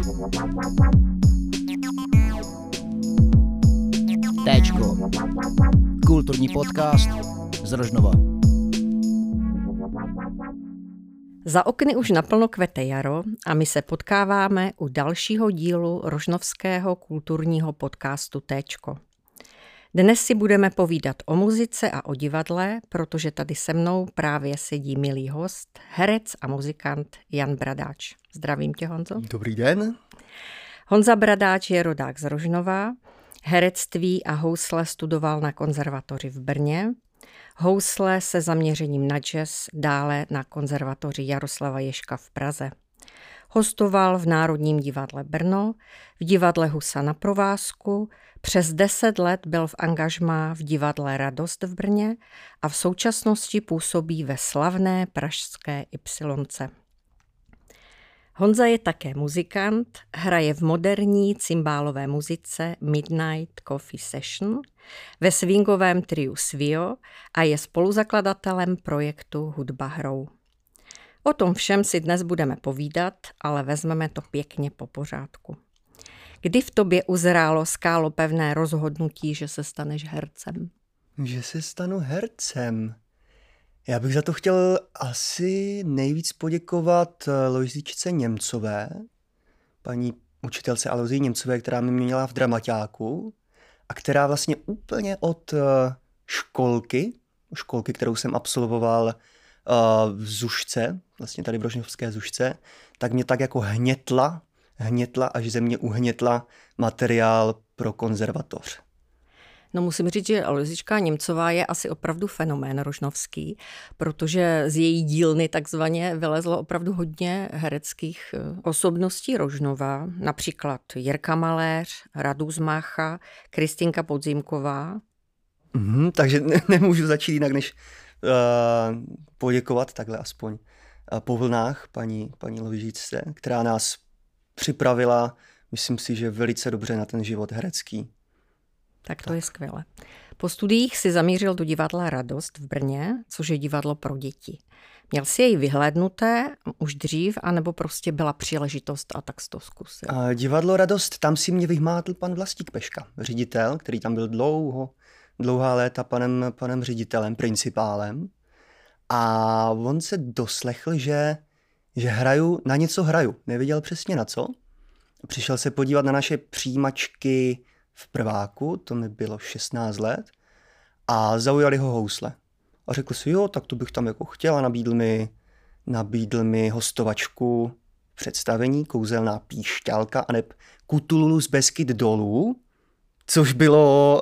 Téčko. Kulturní podcast z Rožnova. Za okny už naplno kvete jaro a my se potkáváme u dalšího dílu rožnovského kulturního podcastu Téčko. Dnes si budeme povídat o muzice a o divadle, protože tady se mnou právě sedí milý host, herec a muzikant Jan Bradáč. Zdravím tě, Honzo. Dobrý den. Honza Bradáč je rodák z Rožnova, herectví a housle studoval na konzervatoři v Brně, housle se zaměřením na jazz dále na konzervatoři Jaroslava Ježka v Praze. Hostoval v Národním divadle Brno, v divadle Husa na provázku, přes 10 let byl v angažmá v divadle Radost v Brně a v současnosti působí ve slavné pražské Ypsilonce. Honza je také muzikant, hraje v moderní cymbálové muzice Midnight Coffee Session, ve swingovém triu Svio a je spoluzakladatelem projektu Hudba hrou. O tom všem si dnes budeme povídat, ale vezmeme to pěkně po pořádku. Kdy v tobě uzrálo skálopevné rozhodnutí, že se staneš hercem? Že se stanu hercem? Já bych za to chtěl asi nejvíc poděkovat Lojzičce Němcové, paní učitelce Alojzii Němcové, která mě měla v dramaťáku a která vlastně úplně od školky, kterou jsem absolvoval v Zušce, vlastně tady v rožnovské Zušce, tak mě tak jako hnětla, až ze mě uhnětla materiál pro konzervatoř. No musím říct, že Alojzička Němcová je asi opravdu fenomén rožnovský, protože z její dílny takzvaně vylezlo opravdu hodně hereckých osobností Rožnova, například Jirka Maléř, Radu Zmácha, Kristýnka Podzimková. Takže nemůžu začít jinak, než poděkovat takhle aspoň po vlnách paní Lojzičce, která nás připravila, myslím si, že velice dobře na ten život herecký. Tak to je skvělé. Po studiích si zamířil do divadla Radost v Brně, což je divadlo pro děti. Měl jsi jej vyhlédnuté už dřív, anebo prostě byla příležitost a tak jsi to zkusil? Divadlo Radost, tam si mě vyhmátl pan Vlastík Peška, ředitel, který tam byl dlouhá léta panem ředitelem, principálem. A on se doslechl, že na něco hraju. Nevěděl přesně na co. Přišel se podívat na naše přijímačky v prváku, to mi bylo 16 let, a zaujali ho housle. A řekl si, jo, tak to bych tam jako chtěl, a nabídl mi hostovačku představení Kouzelná píšťalka a neb Kutululu z Beskyd dolů, což bylo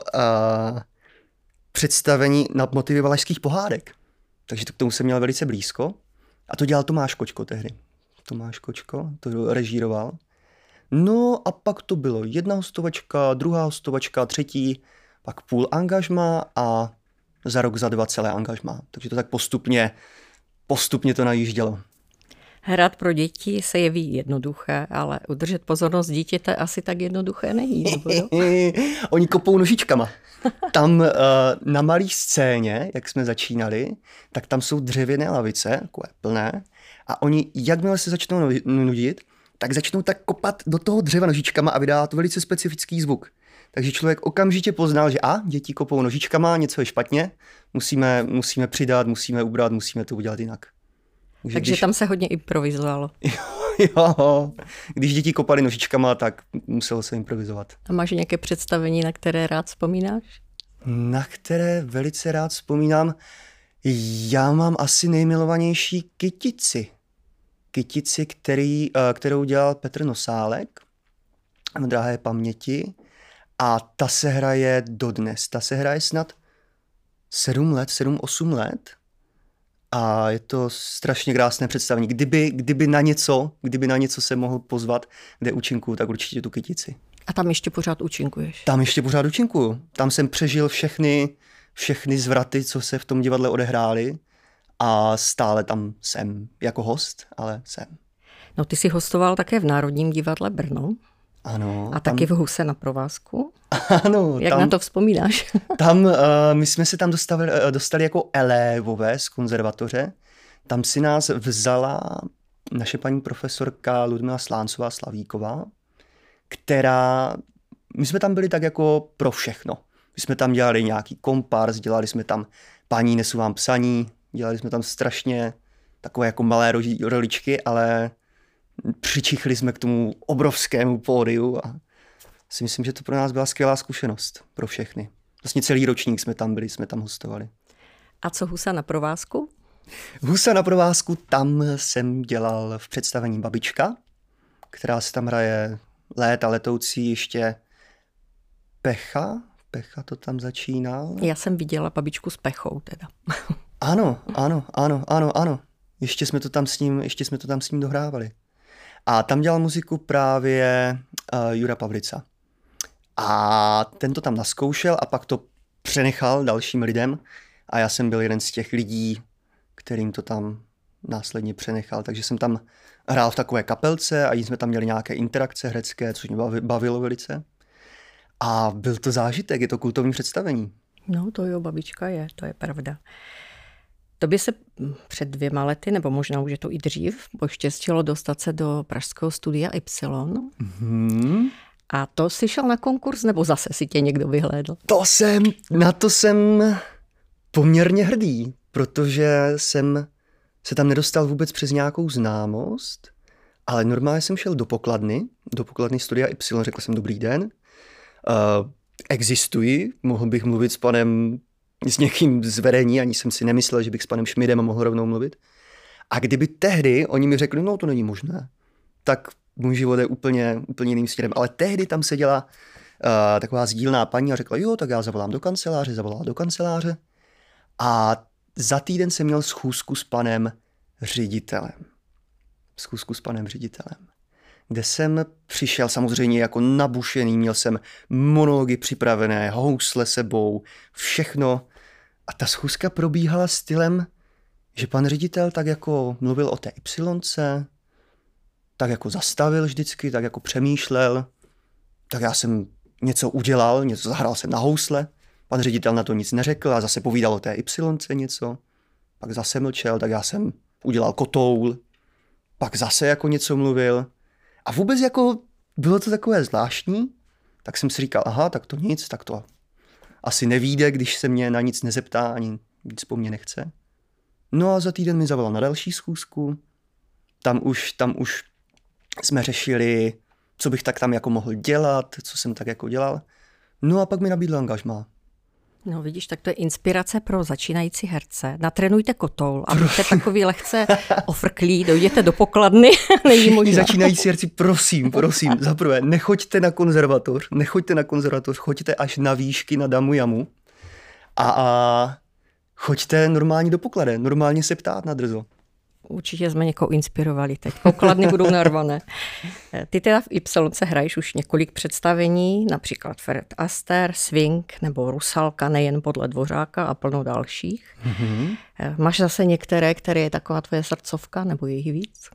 představení na motivy valašských pohádek. Takže k tomu jsem měl velice blízko. A to dělal Tomáš Kočko tehdy. Tomáš Kočko to režíroval. No a pak to bylo jedna hostovačka, druhá hostovačka, třetí, pak půl angažmá a za rok, za 2 celé angažmá. Takže to tak postupně to najíždělo. Hrát pro děti se jeví jednoduché, ale udržet pozornost dítěte asi tak jednoduché není, nebo jo? Oni kopou nožičkama. Tam na malé scéně, jak jsme začínali, tak tam jsou dřevěné lavice, takové plné, a oni, jakmile se začnou nudit, tak začnou tak kopat do toho dřeva nožičkama a vydá to velice specifický zvuk. Takže člověk okamžitě poznal, že děti kopou nožičkama, něco je špatně, musíme přidat, musíme ubrat, musíme to udělat jinak. Takže tam se hodně improvizovalo. Jo, když děti kopaly nožičkama, tak muselo se improvizovat. A máš nějaké představení, na které rád vzpomínáš? Na které velice rád vzpomínám? Já mám asi nejmilovanější Kytici. Kytici, kterou dělal Petr Nosálek v drahé paměti, a ta se hraje dodnes. Ta se hraje snad 7-8 let a je to strašně krásné představení. Kdyby na něco se mohl pozvat, kde účinkuju, tak určitě tu Kytici. A tam ještě pořád účinkuješ? Tam ještě pořád účinkuju. Tam jsem přežil všechny zvraty, co se v tom divadle odehrály, a stále tam jsem jako host, ale jsem. No, ty jsi hostoval také v Národním divadle Brno. Ano. A taky v Huse na provázku. Ano. Jak na to vzpomínáš? Tam my jsme se tam dostali jako elevové z konzervatoře. Tam si nás vzala naše paní profesorka Ludmila Sláncová Slavíková, která, my jsme tam byli tak jako pro všechno. My jsme tam dělali nějaký kompars, dělali jsme tam Paní nesu vám psaní, dělali jsme tam strašně takové jako malé roličky, ale přičichli jsme k tomu obrovskému pódiu a si myslím, že to pro nás byla skvělá zkušenost pro všechny. Vlastně celý ročník jsme tam byli, jsme tam hostovali. A co Husa na provázku? Husa na provázku, tam jsem dělal v představení Babička, která se tam hraje léta letoucí ještě Pecha to tam začínal. Já jsem viděla Babičku s Pechou teda. Ano. Ještě jsme to tam s ním dohrávali. A tam dělal muziku právě Jura Pavlica. A ten to tam naskoušel a pak to přenechal dalším lidem a já jsem byl jeden z těch lidí, kterým to tam následně přenechal. Takže jsem tam hrál v takové kapelce a jsme tam měli nějaké interakce herecké, což mě bavilo velice. A byl to zážitek, je to kultovní představení. No to jo, Babička je, to je pravda. Tobě se před 2 lety, nebo možná už je to i dřív, poštěstilo dostat se do pražského studia Y. Mm-hmm. A to jsi šel na konkurs, nebo zase si tě někdo vyhlédl? Na to jsem poměrně hrdý, protože jsem se tam nedostal vůbec přes nějakou známost, ale normálně jsem šel do pokladny studia Y, řekl jsem dobrý den, existuji, mohl bych mluvit s někým z vedení, ani jsem si nemyslel, že bych s panem Šmidem mohl rovnou mluvit. A kdyby tehdy oni mi řekli, no to není možné, tak můj život je úplně jiným směrem. Ale tehdy tam seděla taková sdílná paní a řekla, jo, tak já zavolala do kanceláře. A za týden jsem měl schůzku s panem ředitelem. Kde jsem přišel samozřejmě jako nabušený, měl jsem monology připravené, housle sebou, všechno. A ta schůzka probíhala stylem, že pan ředitel tak jako mluvil o té Y, tak jako zastavil vždycky, tak jako přemýšlel, tak já jsem něco udělal, zahrál jsem na housle, pan ředitel na to nic neřekl a zase povídal o té Y něco, pak zase mlčel, tak já jsem udělal kotoul, pak zase jako něco mluvil a vůbec jako bylo to takové zvláštní, tak jsem si říkal, aha, tak to nic, tak to asi nevyjde, když se mě na nic nezeptá, ani nic po mně nechce. No a za týden mi zavolal na další schůzku, tam už jsme řešili, co bych tak tam jako mohl dělat, co jsem tak jako dělal. No a pak mi nabídl angažmá. No vidíš, tak to je inspirace pro začínající herce. Natrénujte kotoul a buďte takový lehce ofrklí, dojděte do pokladny. Všichni začínající herci, prosím, zaprvé, nechoďte na konzervatoř, choďte až na výšky na Damu Jamu a choďte normálně do pokladen, normálně se ptát na drzo. Určitě jsme někoho inspirovali teď. Pokladny budou narvané. Ty teda v Y hraješ už několik představení, například Fred Astaire, Swing nebo Rusalka, nejen podle Dvořáka a plno dalších. Mm-hmm. Máš zase některé, které je taková tvoje srdcovka, nebo je jich víc?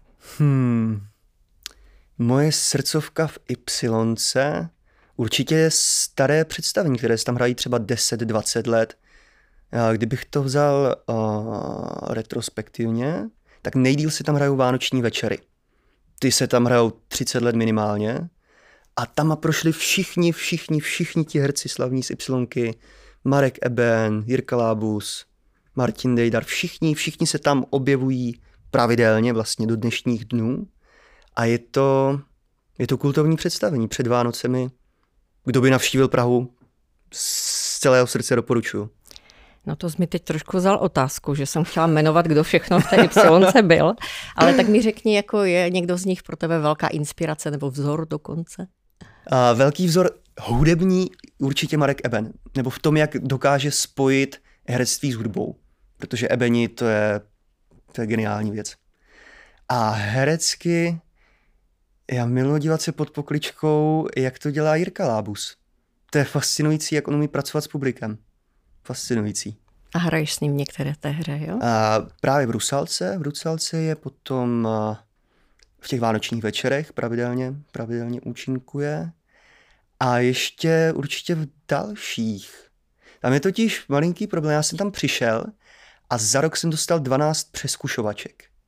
Moje srdcovka v Y určitě je staré představení, které se tam hrají třeba 10-20 let. Kdybych to vzal retrospektivně, tak nejdýl se tam hrajou Vánoční večery. Ty se tam hrajou 30 let minimálně a tam prošli všichni ti herci slavní z Y. Marek Eben, Jirka Lábus, Martin Dejdar, všichni se tam objevují pravidelně vlastně do dnešních dnů a je to kultovní představení před Vánocemi. Kdo by navštívil Prahu, z celého srdce doporučuju. No to jsi mi teď trošku vzal otázku, že jsem chtěla jmenovat, kdo všechno v té Y byl, ale tak mi řekni, jako je někdo z nich pro tebe velká inspirace nebo vzor dokonce? Velký vzor hudební určitě Marek Eben, nebo v tom, jak dokáže spojit herectví s hudbou, protože Ebeni to je geniální věc. A herecky já miluji dívat se pod pokličkou, jak to dělá Jirka Lábus. To je fascinující, jak on umí pracovat s publikem. Fascinující. A hraješ s ním některé té hře, jo? Právě v Rusalce je potom v těch vánočních večerech pravidelně účinkuje. A ještě určitě v dalších. Tam je totiž malinký problém. Já jsem tam přišel a za rok jsem dostal 12 přezkušovaček.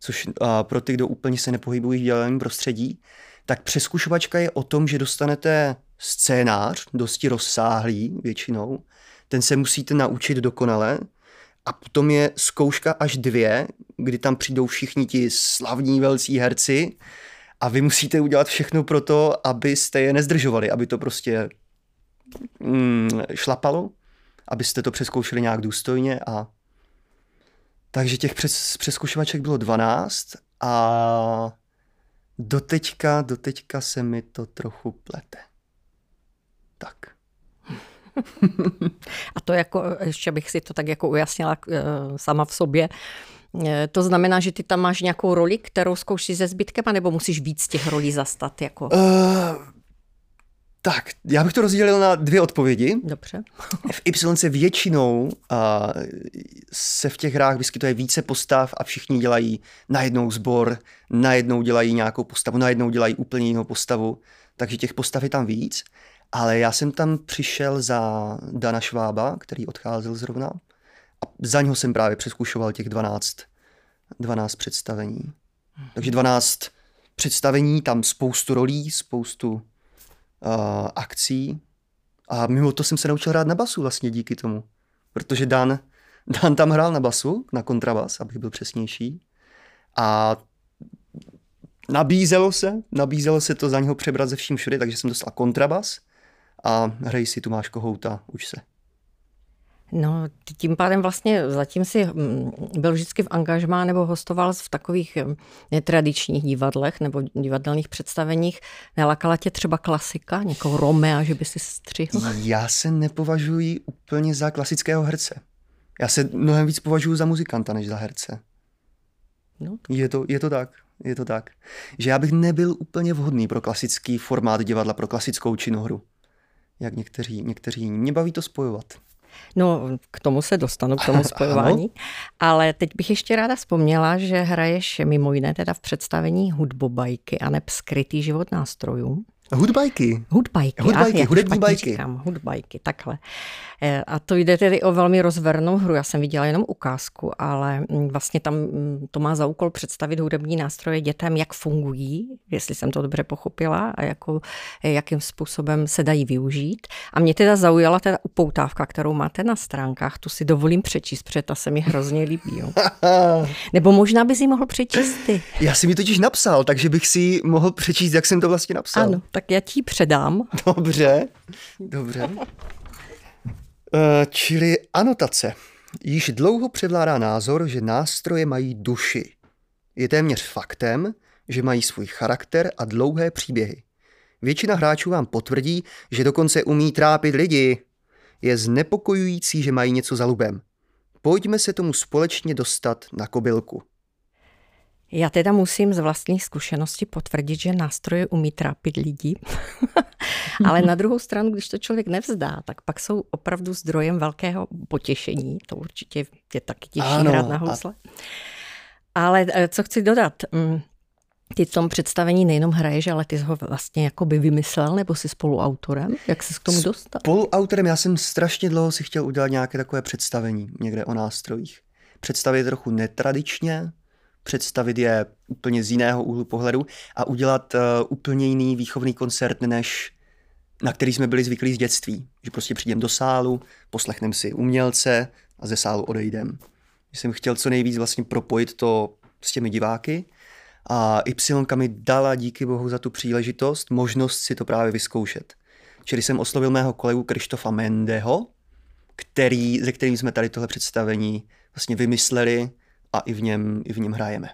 což pro ty, kdo úplně se nepohybují v divadelním prostředí, tak přezkušovačka je o tom, že dostanete scénář, dosti rozsáhlý většinou, ten se musíte naučit dokonale a potom je zkouška až 2, kdy tam přijdou všichni ti slavní velcí herci a vy musíte udělat všechno pro to, abyste je nezdržovali, aby to prostě šlapalo, abyste to přezkoušeli nějak důstojně. Takže těch přezkušovaček bylo 12 a doteďka se mi to trochu plete. Tak. A to jako, ještě bych si to tak jako ujasnila sama v sobě, to znamená, že ty tam máš nějakou roli, kterou zkoušíš se zbytkem, anebo musíš víc těch rolí zastat? Jako? Tak, já bych to rozdělil na 2 odpovědi. Dobře. V Y většinou se v těch hrách vyskytuje více postav a všichni dělají najednou sbor, najednou dělají nějakou postavu, najednou dělají úplně jinou postavu, takže těch postav je tam víc. Ale já jsem tam přišel za Dana Švába, který odcházel zrovna. A za něho jsem právě přezkušoval těch 12 představení. Takže 12 představení, tam spoustu rolí, spoustu akcí. A mimo to jsem se naučil hrát na basu vlastně díky tomu. Protože Dan tam hrál na basu, na kontrabas, abych byl přesnější. A nabízelo se to za něho přebrat ze vším všude, takže jsem dostal kontrabas a hrej si, tu máš kohouta, uč se. No, tím pádem vlastně zatím si byl vždycky v angažmá nebo hostoval v takových netradičních divadlech nebo divadelných představeních. Nelakala tě třeba klasika, někoho Romea, že by si střihl? Já se nepovažuji úplně za klasického herce. Já se mnohem víc považuji za muzikanta, než za herce. No. Je to tak. Že já bych nebyl úplně vhodný pro klasický formát divadla, pro klasickou činohru. Jak někteří. Mě baví to spojovat. No, k tomu se dostanu, k tomu spojování. Ale teď bych ještě ráda vzpomněla, že hraješ mimo jiné teda v představení Hudbobajky a neb Skrytý život nástrojů. Hudbajky, hudební bajky. Říkám, hudbajky, takhle. A to jde tedy o velmi rozvernou hru. Já jsem viděla jenom ukázku, ale vlastně tam to má za úkol představit hudební nástroje dětem, jak fungují, jestli jsem to dobře pochopila, a jakým způsobem se dají využít. A mě teda zaujala teda upoutávka, kterou máte na stránkách. Tu si dovolím přečíst, protože ta se mi hrozně líbí. Jo. Nebo možná bys ji mohl přečíst ty. Já jsem ji totiž napsal, takže bych si mohl přečíst, jak jsem to vlastně napsal. Ano, tak já ti předám. Dobře. Čili anotace. Již dlouho převládá názor, že nástroje mají duši. Je téměř faktem, že mají svůj charakter a dlouhé příběhy. Většina hráčů vám potvrdí, že dokonce umí trápit lidi. Je znepokojující, že mají něco za lubem. Pojďme se tomu společně dostat na kobylku. Já teda musím z vlastní zkušenosti potvrdit, že nástroje umí trápit lidi. Ale na druhou stranu, když to člověk nevzdá, tak pak jsou opravdu zdrojem velkého potěšení. To určitě je taky těžší hrát na housle. Ale co chci dodat, ty v tom představení nejenom hraješ, ale ty jsi ho vlastně jakoby vymyslel, nebo jsi spoluautorem? Jak jsi k tomu dostal? Spoluautorem, já jsem strašně dlouho si chtěl udělat nějaké takové představení někde o nástrojích. Představit trochu netradičně, představit je úplně z jiného úhlu pohledu a udělat úplně jiný výchovný koncert, než na který jsme byli zvyklí z dětství. Že prostě přijdem do sálu, poslechneme si umělce a ze sálu odejdem. Jsem chtěl co nejvíc vlastně propojit to s těmi diváky a Y mi dala díky bohu za tu příležitost, možnost si to právě vyzkoušet. Čili jsem oslovil mého kolegu Krištofa Mendeho, ze kterým jsme tady tohle představení vlastně vymysleli a i v něm hrajeme.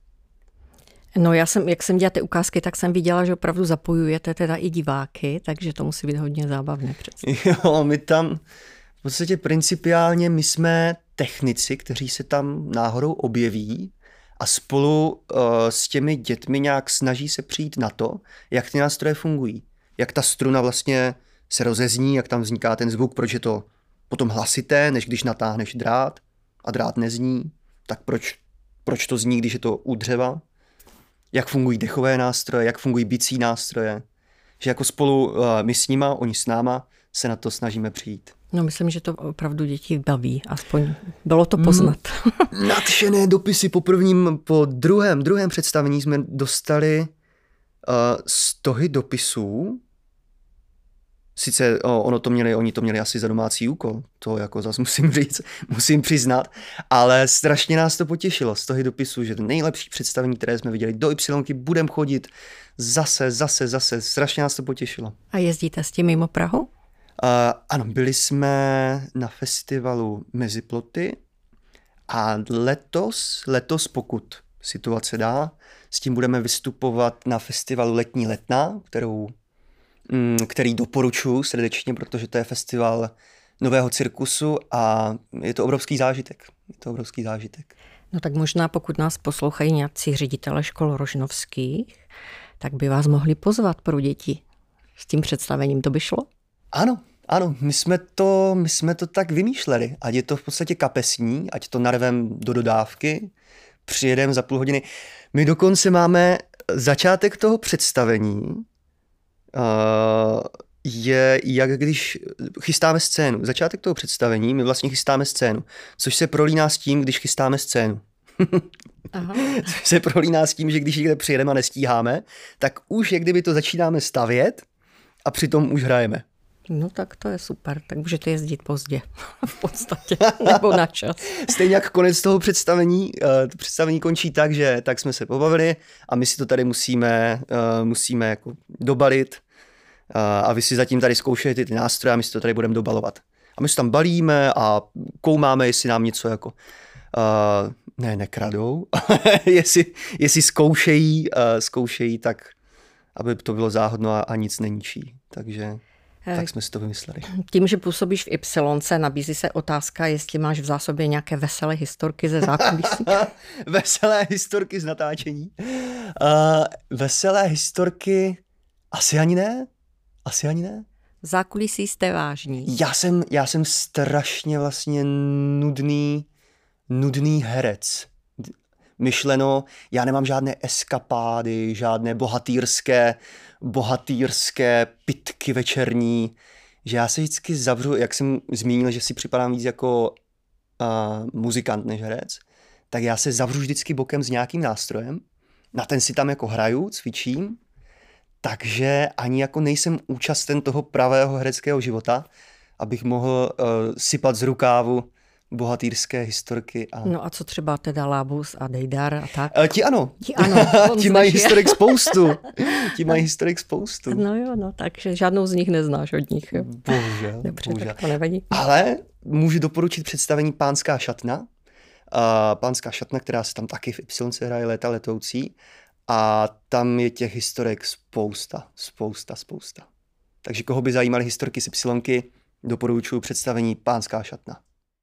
No jak jsem dělala ty ukázky, tak jsem viděla, že opravdu zapojujete teda i diváky, takže to musí být hodně zábavné přece. Jo, my tam v podstatě principiálně my jsme technici, kteří se tam náhodou objeví a spolu s těmi dětmi nějak snaží se přijít na to, jak ty nástroje fungují. Jak ta struna vlastně se rozezní, jak tam vzniká ten zvuk, proč je to potom hlasité, než když natáhneš drát a drát nezní, tak proč to zní, když je to u dřeva. Jak fungují dechové nástroje, jak fungují bicí nástroje. Že jako spolu my s nima, oni s náma, se na to snažíme přijít. No myslím, že to opravdu děti baví, aspoň bylo to poznat. Nadšené dopisy po druhém představení jsme dostali stohy dopisů. Sice oni to měli asi za domácí úkol, to jako zase musím přiznat, ale strašně nás to potěšilo, stohy dopisů, že to nejlepší představení, které jsme viděli, do Ypsilonky budeme chodit zase, strašně nás to potěšilo. A jezdíte s tím mimo Prahu? Ano, byli jsme na festivalu Meziploty a letos, pokud situace dá, s tím budeme vystupovat na festivalu Letní Letná, který doporučuji srdečně, protože to je festival nového cirkusu a je to obrovský zážitek. No tak možná, pokud nás poslouchají nějací ředitele škol rožnovských, tak by vás mohli pozvat pro děti. S tím představením to by šlo? Ano, my jsme to tak vymýšleli, ať je to v podstatě kapesní, ať to narvem do dodávky, přijedeme za půl hodiny. My dokonce máme začátek toho představení, je jak když chystáme scénu. Začátek toho představení, my vlastně chystáme scénu, což se prolíná s tím, když chystáme scénu. Aha. Což se prolíná s tím, že když někde přijedeme a nestíháme, tak už jak kdyby to začínáme stavět a přitom už hrajeme. No tak to je super, tak můžete jezdit pozdě v podstatě, nebo na čas. Stejně jak konec toho představení, to představení končí tak, že tak jsme se pobavili a my si to tady musíme jako dobalit a vy si zatím tady zkoušejte ty nástroje a my si to tady budeme dobalovat. A my se tam balíme a koumáme, jestli nám něco jako nekradou, jestli zkoušejí, tak aby to bylo záhodno a nic neničí. Takže tak jsme si to vymysleli. Tím, že působíš v Ypsilonce, nabízí se otázka, jestli máš v zásobě nějaké veselé historky ze zákulisí. Veselé historky z natáčení? Veselé historky asi ani ne. V zákulisí jste vážní. Já jsem strašně vlastně nudný herec. Myšleno, já nemám žádné eskapády, žádné bohatýrské pitky večerní, že já se vždycky zavřu, jak jsem zmínil, že si připadám víc jako muzikant než herec, tak já se zavřu vždycky bokem s nějakým nástrojem, na ten si tam jako hraju, cvičím, takže ani jako nejsem účasten toho pravého hereckého života, abych mohl sypat z rukávu bohatýrské historky. No a co třeba teda Lábus a Dejdar a tak? Ti ano. Ti mají historik spoustu. No jo, takže žádnou z nich neznáš od nich. Jo? Bohužel. Dobře, tak to nevadí. Ale můžu doporučit představení Pánská šatna. Pánská šatna, která se tam taky v Ypsilonce hraje léta letoucí. A tam je těch historek spousta. Takže koho by zajímaly historky z Ypsilonky, doporučuji představení Pánská šatna.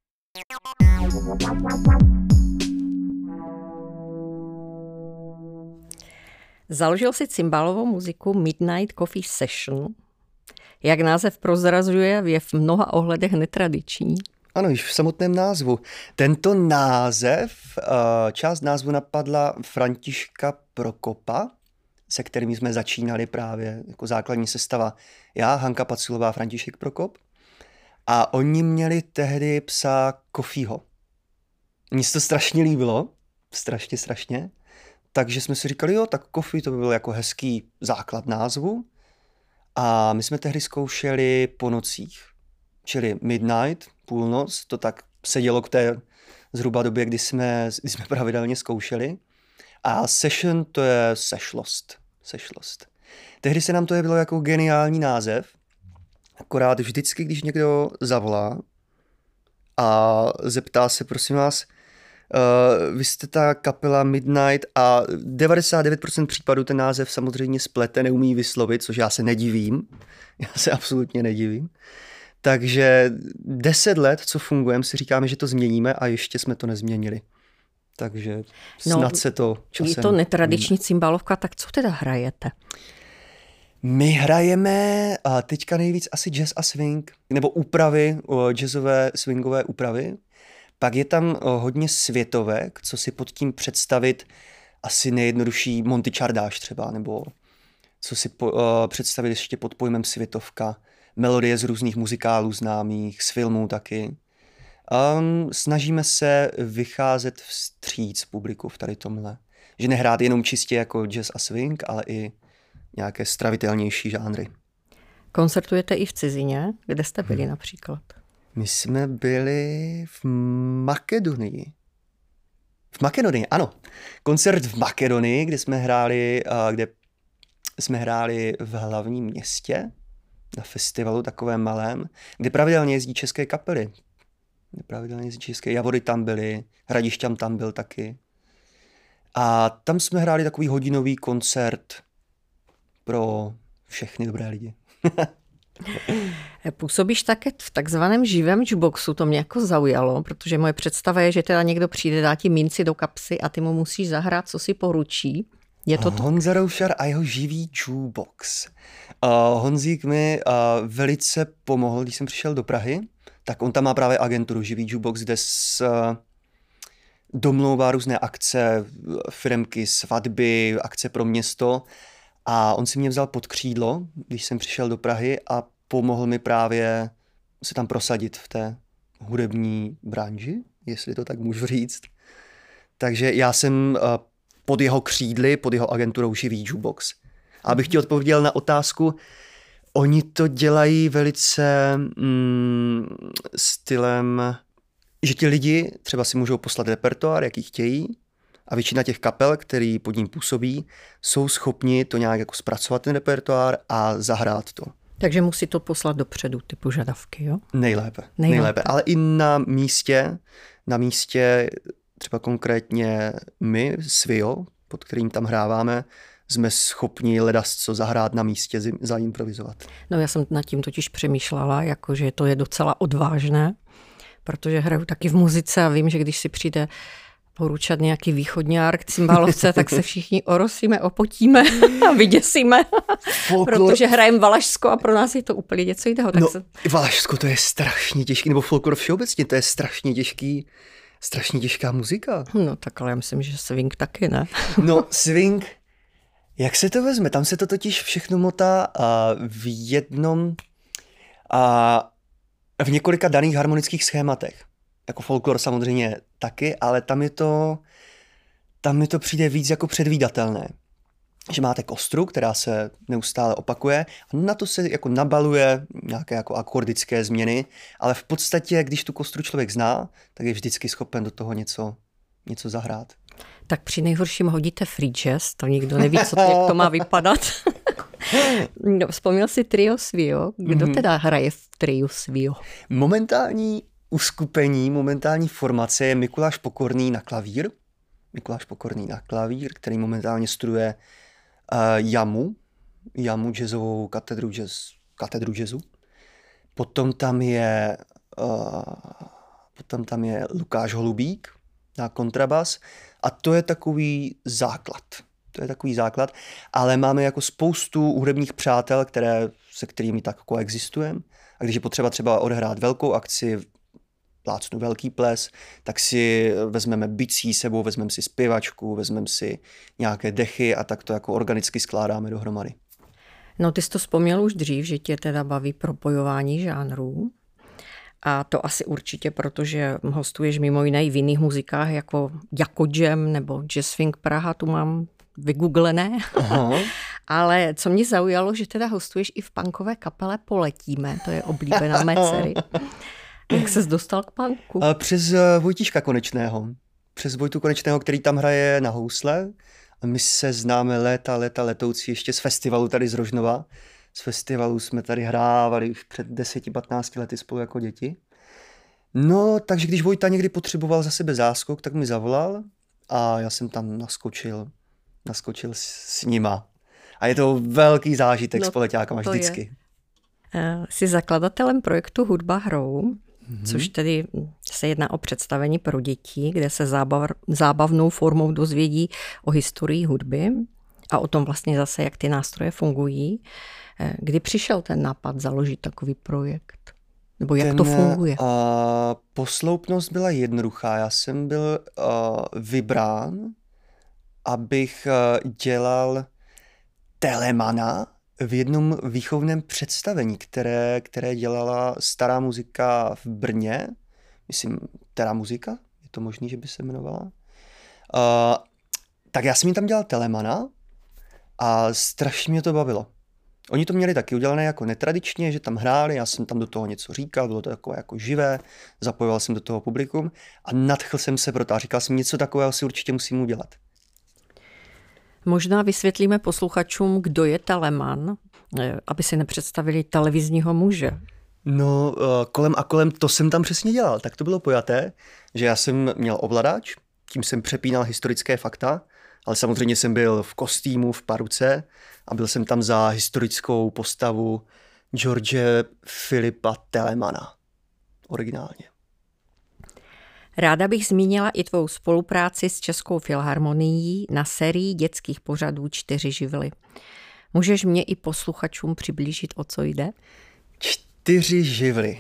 Založil si cimbálovou muziku Midnight Coffee Session. Jak název prozrazuje, je v mnoha ohledech netradiční. Ano, již v samotném názvu. Tento název, část názvu napadla Františka Prokopa, se kterými jsme začínali právě jako základní sestava. Já, Hanka Paculová, František Prokop. A oni měli tehdy psa Kofího. Mně se to strašně líbilo, strašně. Takže jsme si říkali, jo, tak Kofí to by byl jako hezký základ názvu. A my jsme tehdy zkoušeli po nocích, čili midnight, půlnoc, to tak sedělo k té zhruba době, kdy jsme pravidelně zkoušeli. A session to je sešlost. Tehdy se nám to jevilo jako geniální název, akorát vždycky, když někdo zavolá a zeptá se, prosím vás, vy jste ta kapela Midnight a 99% případů ten název samozřejmě splete, neumí vyslovit, což já se nedivím. Já se absolutně nedivím. Takže 10 let, co fungujeme, si říkáme, že to změníme a ještě jsme to nezměnili. Takže snad se to časem... Je to netradiční cimbálovka, tak co teda hrajete? My hrajeme teďka nejvíc asi jazz a swing, nebo úpravy, jazzové, swingové úpravy. Pak je tam hodně světovek, co si pod tím představit, asi nejjednodušší Monty Čardáš třeba, nebo co si představit ještě pod pojmem světovka. melodie z různých muzikálů známých, z filmů taky. Snažíme se vycházet vstříc publiku v tady tomhle. Že nehrát jenom čistě jako jazz a swing, ale i nějaké stravitelnější žánry. Koncertujete i v cizině? Kde jste byli například? My jsme byli v Makedonii. V Makedonii, ano. Koncert v Makedonii, kde jsme hráli v hlavním městě, na festivalu takovém malém, kde pravidelně jezdí české kapely. Javory tam byly, Hradišťan tam byl taky. A tam jsme hráli takový hodinový koncert pro všechny dobré lidi. Působíš také v takzvaném živém jukeboxu, to mě jako zaujalo, protože moje představa je, že teda někdo přijde, dá ti minci do kapsy a ty mu musíš zahrát, co si poručí. Je to Honza Roušar a jeho živý jukebox. Honzík mi velice pomohl, když jsem přišel do Prahy, tak on tam má právě agenturu živý jukebox, kde domlouvá různé akce, firemky, svatby, akce pro město. A on si mě vzal pod křídlo, když jsem přišel do Prahy a pomohl mi právě se tam prosadit v té hudební branži, jestli to tak můžu říct. Takže já jsem pod jeho křídly, pod jeho agenturou živý jukebox. A abych ti odpověděl na otázku, oni to dělají velice stylem, že ti lidi třeba si můžou poslat repertoár, jaký chtějí, a většina těch kapel, který pod ním působí, jsou schopni to nějak jako zpracovat ten repertoár a zahrát to. Takže musí to poslat dopředu, ty požadavky, jo? Nejlépe. Ale i na místě třeba konkrétně my, Svio, pod kterým tam hráváme, jsme schopni ledasco zahrát na místě, zaimprovizovat. No já jsem nad tím totiž přemýšlela, jakože to je docela odvážné, protože hraju taky v muzice a vím, že když si přijde poručat nějaký východňár k cymbálovce, tak se všichni orosíme, opotíme a vyděsíme, protože hrajeme valašsko a pro nás je to úplně něco jiného. Valašsko to je strašně těžký, nebo folklor všeobecně, to je strašně těžká muzika. No tak ale já myslím, že swing taky, ne? No swing, jak se to vezme? Tam se to totiž všechno motá v několika daných harmonických schématech. Jako folklor samozřejmě taky, ale tam mi to přijde víc jako předvídatelné. Že máte kostru, která se neustále opakuje a na to se jako nabaluje nějaké jako akordické změny, ale v podstatě, když tu kostru člověk zná, tak je vždycky schopen do toho něco zahrát. Tak při nejhorším hodíte free jazz, to nikdo neví, jak to má vypadat. No, vzpomněl si trio Svio. Kdo teda hraje v triu Svio? Momentální formace je Mikuláš Pokorný na klavír, který momentálně studuje JAMu jazzovou katedru jazzu. Potom tam je Lukáš Holubík na kontrabas a to je takový základ. Ale máme jako spoustu hudebních přátel, se kterými tak koexistujeme. A když je potřeba třeba odehrát velkou akci, plácnu velký ples, tak si vezmeme bicí sebou, vezmeme si zpěvačku, vezmeme si nějaké dechy a tak to jako organicky skládáme dohromady. No ty jsi to vzpomněl už dřív, že tě teda baví propojování žánrů. A to asi určitě, protože hostuješ mimo jiné v jiných muzikách jako Jam nebo Jazz Swing Praha, tu mám vygooglené. Ale co mě zaujalo, že teda hostuješ i v punkové kapele Poletíme, to je oblíbená mé dcery. Jak ses dostal k punku? Přes Vojtíška Konečného. Přes Vojtu Konečného, který tam hraje na housle. A my se známe léta letoucí ještě z festivalu tady z Rožnova. Z festivalu jsme tady hrávali už před 10-15 lety spolu jako děti. No, takže když Vojta někdy potřeboval za sebe záskok, tak mi zavolal a já jsem tam naskočil s nima. A je to velký zážitek s poleťákama vždycky. Jsi zakladatelem projektu Hudba hrou, což tedy se jedná o představení pro děti, kde se zábavnou formou dozvědí o historii hudby a o tom vlastně zase, jak ty nástroje fungují. Kdy přišel ten nápad založit takový projekt? Nebo jak to funguje? Posloupnost byla jednoduchá. Já jsem byl vybrán, abych dělal telemana v jednom výchovném představení, které dělala Stará muzika v Brně, myslím, Stará muzika, je to možný, že by se jmenovala, tak já jsem jim tam dělal telemana a strašně mě to bavilo. Oni to měli taky udělané jako netradičně, že tam hráli, já jsem tam do toho něco říkal, bylo to takové jako živé, zapojoval jsem do toho publikum a nadchl jsem se pro to a říkal jsem, něco takového si určitě musím udělat. Možná vysvětlíme posluchačům, kdo je teleman, aby si nepředstavili televizního muže. No, kolem a kolem, to jsem tam přesně dělal. Tak to bylo pojaté, že já jsem měl ovladač, tím jsem přepínal historické fakta, ale samozřejmě jsem byl v kostýmu, v paruce a byl jsem tam za historickou postavu George Filipa Telemana. Originálně. Ráda bych zmínila i tvou spolupráci s Českou filharmonií na sérii dětských pořadů 4 živly. Můžeš mě i posluchačům přiblížit, o co jde? 4 živly.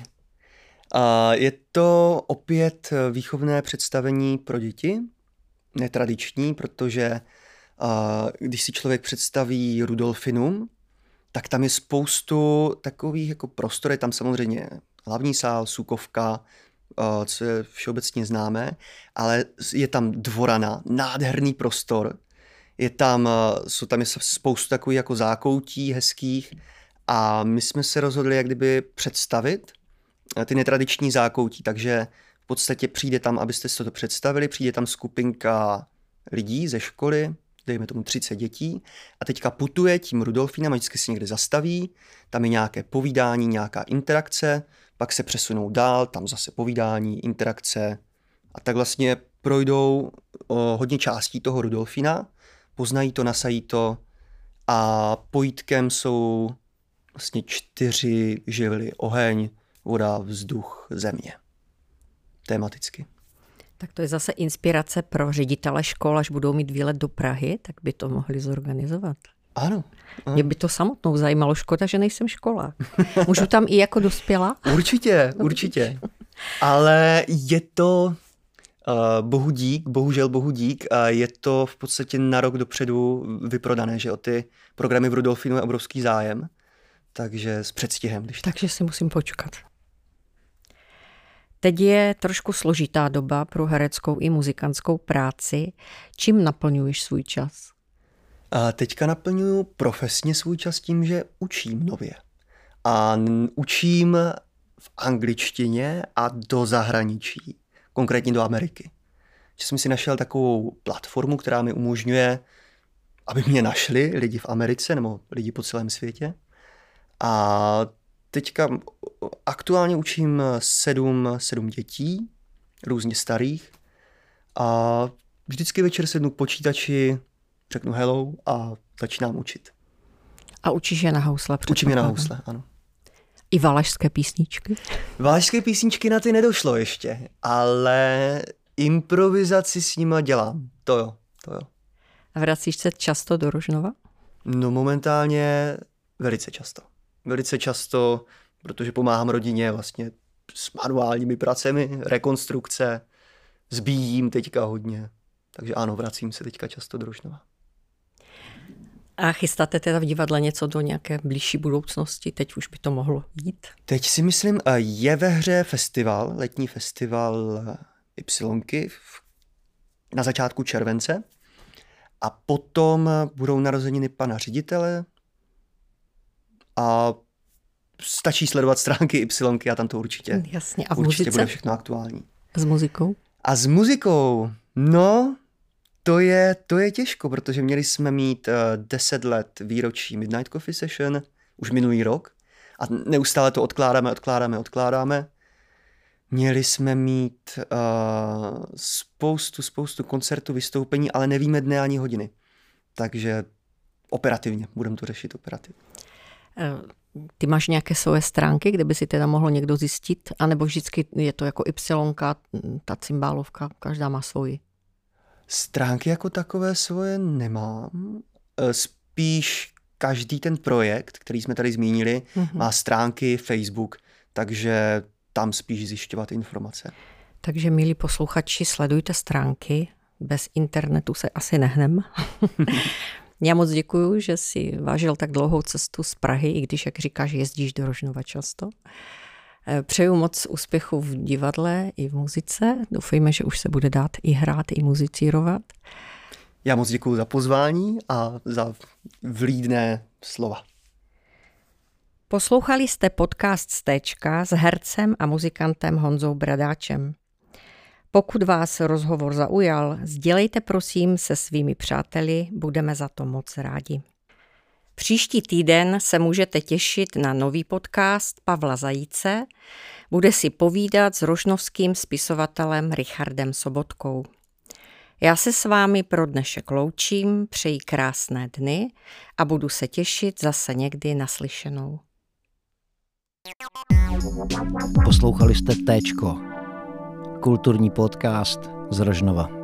Je to opět výchovné představení pro děti, netradiční, protože když si člověk představí Rudolfinum, tak tam je spoustu takových jako prostor, je tam samozřejmě hlavní sál, Sukovka, co je všeobecně známé, ale je tam dvorana, nádherný prostor, je tam spoustu takových jako zákoutí hezkých a my jsme se rozhodli jak kdyby představit ty netradiční zákoutí, takže v podstatě přijde tam, abyste si to představili, přijde tam skupinka lidí ze školy, dejme tomu 30 dětí a teďka putuje tím Rudolfínem a vždycky si někde zastaví, tam je nějaké povídání, nějaká interakce, pak se přesunou dál, tam zase povídání, interakce a tak vlastně projdou hodně částí toho Rudolfína, poznají to, nasají to a pojítkem jsou vlastně 4 živly, oheň, voda, vzduch, země. Tematicky. Tak to je zase inspirace pro ředitele škol, až budou mít výlet do Prahy, tak by to mohli zorganizovat. Ano. Mě by to samotnou zajímalo, škoda, že nejsem školák. Můžu tam i jako dospělá? Určitě. Ale je to, bohu dík, je to v podstatě na rok dopředu vyprodané, že o ty programy v Rudolfínu je obrovský zájem, takže s předstihem. Takže si musím počkat. Teď je trošku složitá doba pro hereckou i muzikantskou práci. Čím naplňuješ svůj čas? Teďka naplňuju profesně svůj čas tím, že učím nově. A učím v angličtině a do zahraničí, konkrétně do Ameriky. Že jsem si našel takovou platformu, která mi umožňuje, aby mě našli lidi v Americe nebo lidi po celém světě. A teďka aktuálně učím 7 dětí, různě starých. A vždycky večer sednu k počítači, řeknu hello a začínám učit. A učíš je na housle? Učím je na housle, ano. I valašské písničky? Valašské písničky na ty nedošlo ještě, ale improvizaci s nima dělám. To jo. A vracíš se často do Rožnova? No momentálně velice často, protože pomáhám rodině vlastně s manuálními pracemi, rekonstrukce, zbíjím teďka hodně. Takže ano, vracím se teďka často do Rožnova. A chystáte teda v divadle něco do nějaké blížší budoucnosti? Teď už by to mohlo jít? Teď si myslím, je ve hře festival, letní festival Ypsilonky na začátku července a potom budou narozeniny pana ředitele a stačí sledovat stránky Ypsilonky a tam to určitě, jasně. A v určitě muzice? Bude všechno aktuální. S muzikou? A s muzikou, no, to je těžko, protože měli jsme mít 10 let výročí Midnight Coffee Session, už minulý rok a neustále to odkládáme. Měli jsme mít spoustu koncertů, vystoupení, ale nevíme dne ani hodiny. Takže operativně, budeme to řešit operativně. Ty máš nějaké svoje stránky, kde by si teda mohlo někdo zjistit? A nebo vždycky je to jako Ypsilonka, ta cymbálovka, každá má svoji? Stránky jako takové svoje nemám. Spíš každý ten projekt, který jsme tady zmínili, má stránky, Facebook, takže tam spíš zjišťovat informace. Takže, milí posluchači, sledujte stránky. Bez internetu se asi nehnem. Já moc děkuju, že si vážil tak dlouhou cestu z Prahy, i když, jak říkáš, jezdíš do Rožnova často. Přeju moc úspěchu v divadle i v muzice. Doufejme, že už se bude dát i hrát, i muzicírovat. Já moc děkuju za pozvání a za vlídné slova. Poslouchali jste podcast Stéčka s hercem a muzikantem Honzou Bradáčem. Pokud vás rozhovor zaujal, sdělejte prosím se svými přáteli, budeme za to moc rádi. Příští týden se můžete těšit na nový podcast Pavla Zajíce. Bude si povídat s rožnovským spisovatelem Richardem Sobotkou. Já se s vámi pro dnešek loučím, přeji krásné dny a budu se těšit zase někdy naslyšenou. Poslouchali jste Téčko, kulturní podcast z Rožnova.